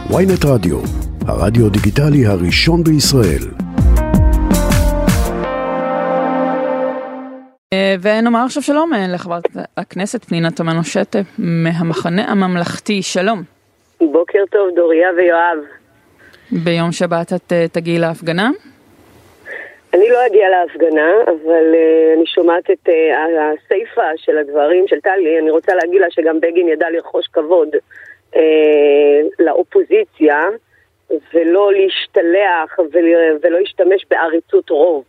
ynet רדיו, הרדיו דיגיטלי הראשון בישראל. ונאמר עכשיו שלום לחברת הכנסת פנינה תמנו שטה מהמחנה הממלכתי. שלום. בוקר טוב דוריה ויואב. ביום שבת את תגיעי להפגנה? אני לא אגיע להפגנה, אבל אני שומעת את הסייפה של הדברים של טלי. אני רוצה להגיד לה שגם בגין ידע לרכוש כבוד לאופוזיציה, ולא להשתלח ולא להשתמש בעריצות רוב.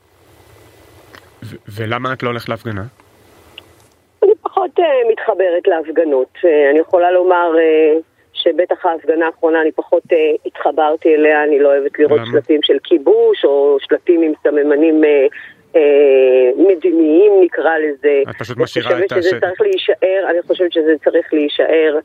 ולמה את לא הולכת להפגנה? אני פחות מתחברת להפגנות. אני יכולה לומר שבטח ההפגנה האחרונה אני פחות התחברתי אליה. אני לא אוהבת לראות שלטים של כיבוש או שלטים עם סממנים מדיניים נקרא לזה. את פשוט משאירה את שזה צריך להישאר, אני חושבת שזה צריך להישאר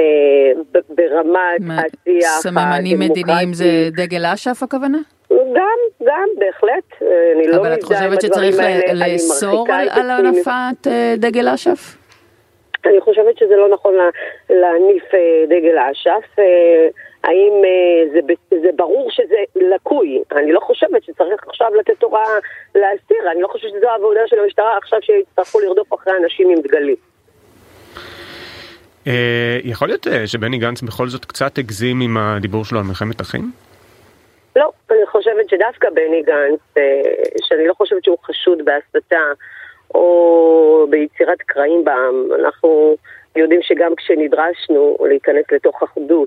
ברמת השיח סממנים מדיניים זה דגל אש"ף הכוונה? גם, בהחלט. אבל את חושבת שצריך לאסור על הנפת דגל אש"ף? אני חושבת שזה לא נכון להניף דגל אש"ף. האם זה ברור שזה לקוי? אני לא חושבת שצריך עכשיו לתת הוראה להסיר. אני לא חושבת שזו העבודה של המשטרה עכשיו שיצטרכו לרדוף אחרי אנשים עם דגלים. יכול להיות שבני גנץ בכל זאת קצת הגזים עם הדיבור שלו על מלחמת אחים? לא, אני חושבת שדווקא בני גנץ, שאני לא חושבת שהוא חשוד בהסתה או ביצירת קרעים בעם. אנחנו יודעים שגם כשנדרשנו להיכנס לתוך אחדות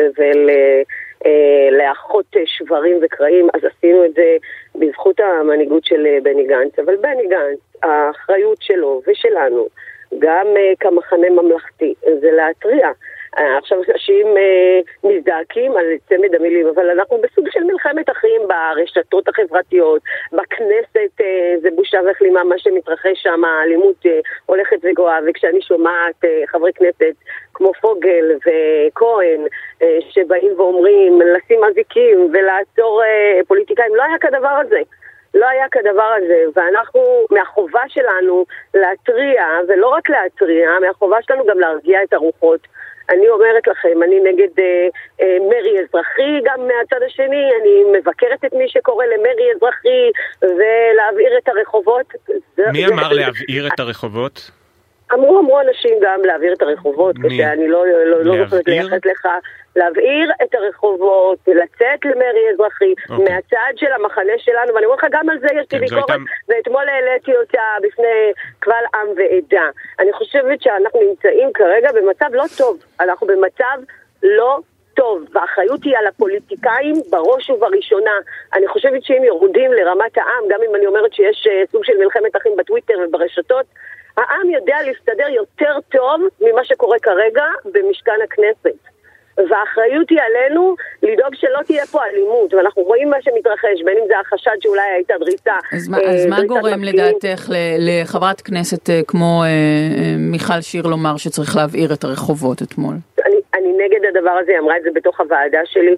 ולאחות שברים וקרעים, אז עשינו את זה בזכות המנהיגות של בני גנץ. אבל בני גנץ, האחריות שלו ושלנו, גם כמחנה ממלכתי, זה להטריע. עכשיו אנשים מזדעקים על צמד המילים, אבל אנחנו בסוג של מלחמת אחים ברשתות החברתיות, בכנסת זה בושה וכלימה מה שמתרחש שם, האלימות הולכת וגואה, וכשאני שומעת חברי כנסת כמו פוגל וכהן שבאים ואומרים לשים אזיקים ולעצור פוליטיקאים, לא היה כדבר הזה. לא היה כדבר הזה, ואנחנו, מהחובה שלנו להטריע, ולא רק להטריע, מהחובה שלנו גם להרגיע את הרוחות. אני אומרת לכם, אני נגד מרי אזרחי, גם מהצד השני, אני מבקרת את מי שקורא למרי אזרחי, ולהבעיר את הרחובות. מי אמר להבעיר את הרחובות? אמרו אנשים גם להבעיר את הרחובות, כשאני לא זוכרת לייחד לך, להבעיר את הרחובות, לצאת למרי אזרחי, מהצד של המחנה שלנו, ואני אומר לך, גם על זה יש לי ביקורת, ואתמול העליתי אותה בפני קבל עם ועדה. אני חושבת שאנחנו נמצאים כרגע במצב לא טוב, אנחנו במצב לא טוב, והאחריות היא על הפוליטיקאים בראש ובראשונה. אני חושבת שאם יורדים לרמת העם, גם אם אני אומרת שיש סוג של מלחמת אחים בטוויטר וברשתות, העם יודע להסתדר יותר טוב ממה שקורה כרגע במשכן הכנסת. והאחריות היא עלינו לדאוג שלא תהיה פה אלימות, ואנחנו רואים מה שמתרחש, בין אם זה החשד שאולי הייתה דריסה. אז מה גורם לדעתך לחברת כנסת כמו מיכל שיר לומר שצריך להבעיר את הרחובות אתמול? אני נגד הדבר הזה, היא אמרה את זה בתוך הוועדה שלי.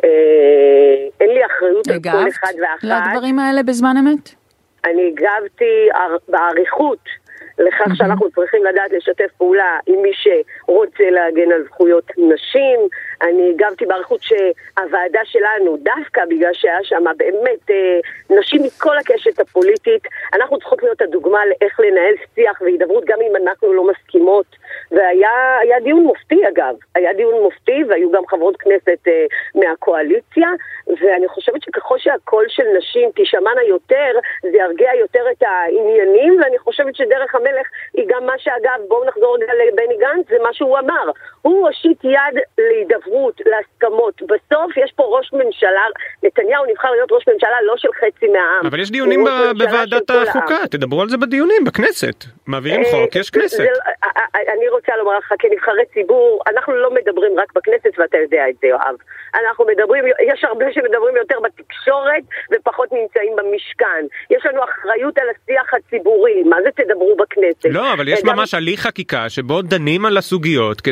אין לי אחריות על כל אחד ואחת. לדברים האלה בזמן אמת? אני הגבתי בעריכות לכך שאנחנו צריכים לדעת לשתף פעולה עם מי שרוצה להגן על זכויות נשים. אני הגבתי בעריכות שהוועדה שלנו, דווקא בגלל שהיה שם באמת נשים מכל הקשת הפוליטית, אנחנו צריכות להיות הדוגמה לאיך לנהל שיח והידברות גם אם אנחנו לא מסכימות. והיה דיון מופתי אגב, היה דיון מופתי והיו גם חברות כנסת מהקואליציה, ואני חושבת שככל שהקול של נשים תשמענה יותר, זה ירגיע יותר את העניינים, ואני חושבת שדרך המלך היא גם מה שאגב, בואו נחזור לבני גנץ, זה מה שהוא אמר. הוא הושיט יד להידברות, להסכמות. בסוף יש פה ראש ממשלה, נתניהו נבחר להיות ראש ממשלה לא של חצי מהעם. אבל יש דיונים בוועדת החוקה, תדברו על זה בדיונים, בכנסת. מעבירים חוק, יש כנסת. אני רוצה לומר לך, כנבחרי ציבור, אנחנו לא מדברים רק בכנסת, ואתה יודע את זה, יואב. אנחנו מדברים, יש הרבה שמדברים יותר בתקשורת, ופחות נמצאים במשכן. יש לנו אחריות על השיח הציבורי. מה זה תדברו בכנסת? לא, אבל יש ממש הליך חקיקה, שבו דנים על הסוגיות, כדי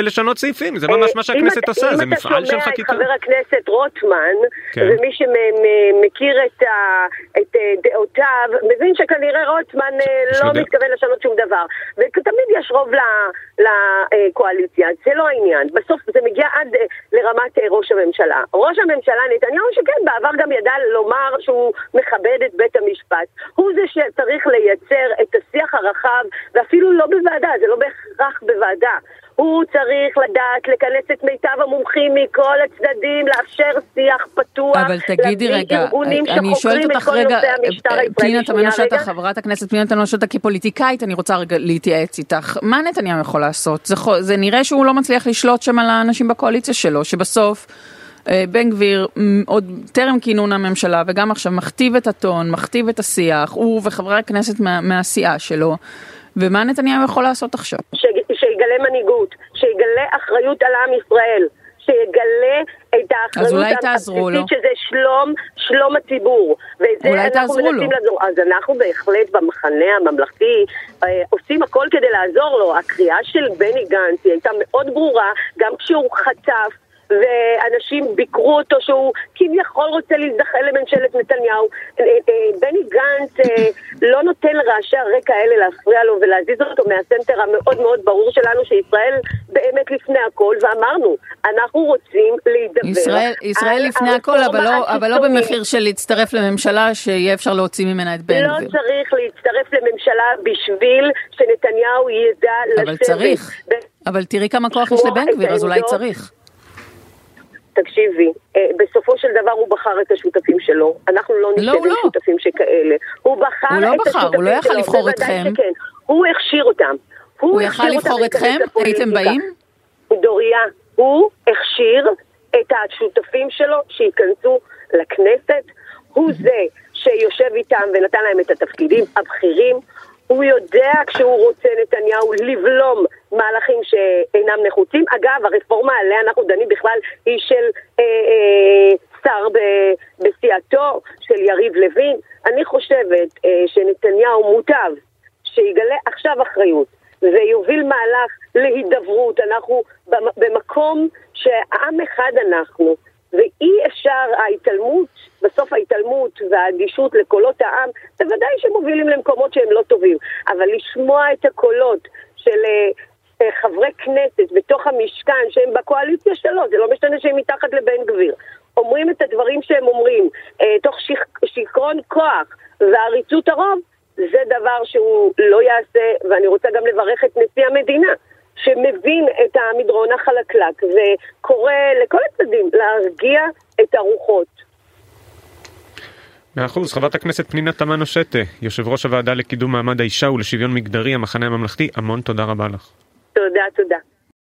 לשנות סעיפים, זה ממש מה שהכנסת עושה, זה מפעל של חקיקה. אם אתה שומע את חבר הכנסת רוטמן, ומי שמכיר את דעותיו, מבין שכנראה רוטמן לא מתכוון לשנות שום דבר, ותמיד יש רוב לקואליציה, זה לא העניין, בסוף זה מגיע עד לרמת ראש הממשלה. ראש הממשלה נתניהו שכן בעבר גם ידע לומר שהוא מכבד את בית המשפט, הוא זה שצריך לייצר את השיח הרחב, ואפילו לא בוועדה, זה לא בהכרח בוועדה. הוא צריך לדעת לכנס את מיטב המומחים מכל הצדדים, לאפשר שיח פתוח. אבל תגידי רגע, אני שואלת אותך רגע, פנינה תמנו-שטה, חברת הכנסת פנינה תמנו-שטה, כפוליטיקאית, אני רוצה רגע להתייעץ איתך. מה נתניהו יכול לעשות? זה נראה שהוא לא מצליח לשלוט שם על האנשים בקואליציה שלו, שבסוף בן גביר עוד טרם כינון הממשלה, וגם עכשיו מכתיב את הטון, מכתיב את השיח, הוא וחברי הכנסת מהסיעה שלו. ומה נתניהו יכול לעשות עכשיו? שיגלה מנהיגות, שיגלה אחריות על עם ישראל, שיגלה את האחריות הבסיסית שזה שלום הציבור. אולי תעזרו לו. אז אנחנו בהחלט במחנה הממלכתי עושים הכל כדי לעזור לו. הקריאה של בני גנץ הייתה מאוד ברורה, גם כשהוא חטף, ואנשים ביקרו אותו שהוא כביכול רוצה להזדחל לממשלת נתניהו. בני גנץ לא נותן לרעשי הרקע האלה להפריע לו ולהזיז אותו מהסנטר המאוד מאוד ברור שלנו שישראל באמת לפני הכל, ואמרנו, אנחנו רוצים להידבר. ישראל לפני הכל, אבל לא במחיר של להצטרף לממשלה שיהיה אפשר להוציא ממנה את בן גביר. לא צריך להצטרף לממשלה בשביל שנתניהו ידע לשבת. אבל צריך. אבל תראי כמה כוח יש לבן גביר, אז אולי צריך. תקשיבי, בסופו של דבר הוא בחר את השותפים שלו. אנחנו לא נשב עם שותפים שכאלה. הוא בחר את השותפים שלו. הוא לא יכל לבחור אתכם. הוא הכשיר אותם. הוא יכל לבחור אתכם? הייתם באים? דוריה, הוא הכשיר את השותפים שלו שיכנסו לכנסת. הוא זה שיושב איתם ונתן להם את התפקידים הבכירים. הוא יודע כשהוא רוצה נתניהו לבלום מהלכים שאינם נחוצים. אגב, הרפורמה עליה אנחנו דנים בכלל היא של שר בסיעתו, של יריב לוין. אני חושבת שנתניהו מוטב שיגלה עכשיו אחריות ויוביל מהלך להידברות. אנחנו במקום שעם אחד אנחנו, ואי אפשר ההתעלמות, בסוף ההתעלמות והאדישות לקולות העם, בוודאי שמובילים למקומות שהם לא טובים, אבל לשמוע את הקולות של חברי כנסת בתוך המשכן שהם בקואליציה שלו, זה לא משנה שהם מתחת לבן גביר, אומרים את הדברים שהם אומרים, תוך שכרון כוח ועריצות הרוב, זה דבר שהוא לא יעשה, ואני רוצה גם לברך את נשיא המדינה, שמבין את המדרון החלקלק וקורא לכל הצדדים להרגיע את הרוחות. 100%. חברת הכנסת פנינה תמנו-שטה, יושב ראש הוועדה לקידום מעמד האישה ולשוויון מגדרי, המחנה הממלכתי, המון תודה רבה לך. תודה.